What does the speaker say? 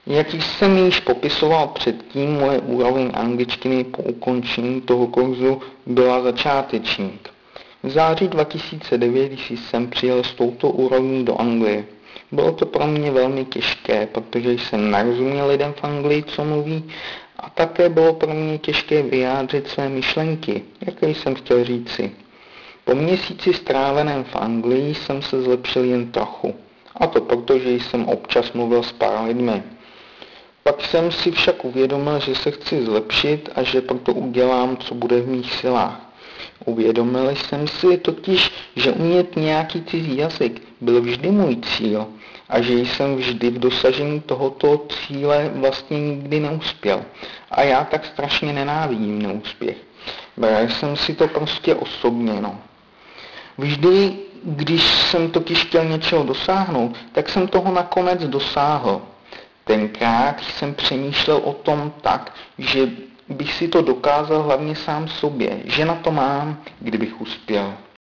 Jak jsem již popisoval předtím, moje úroveň angličtiny po ukončení toho kurzu byla začátečník. V září 2009 jsem přijel s touto úrovní do Anglie. Bylo to pro mě velmi těžké, protože jsem nerozuměl lidem v Anglii, co mluví, a také bylo pro mě těžké vyjádřit své myšlenky, jaké jsem chtěl říci. Po měsíci stráveném v Anglii jsem se zlepšil jen trochu, a to proto, že jsem občas mluvil s pár lidmi. Pak jsem si však uvědomil, že se chci zlepšit a že proto udělám, co bude v mých silách. Uvědomil jsem si totiž, že umět nějaký cizí jazyk byl vždy můj cíl a že jsem vždy v dosažení tohoto cíle vlastně nikdy neuspěl. A já tak strašně nenávidím neúspěch. Bral jsem si to prostě osobně, Vždy, když jsem totiž chtěl něčeho dosáhnout, tak jsem toho nakonec dosáhl. Tenkrát jsem přemýšlel o tom tak, že bych si to dokázal hlavně sám sobě, že na to mám, kdybych uspěl.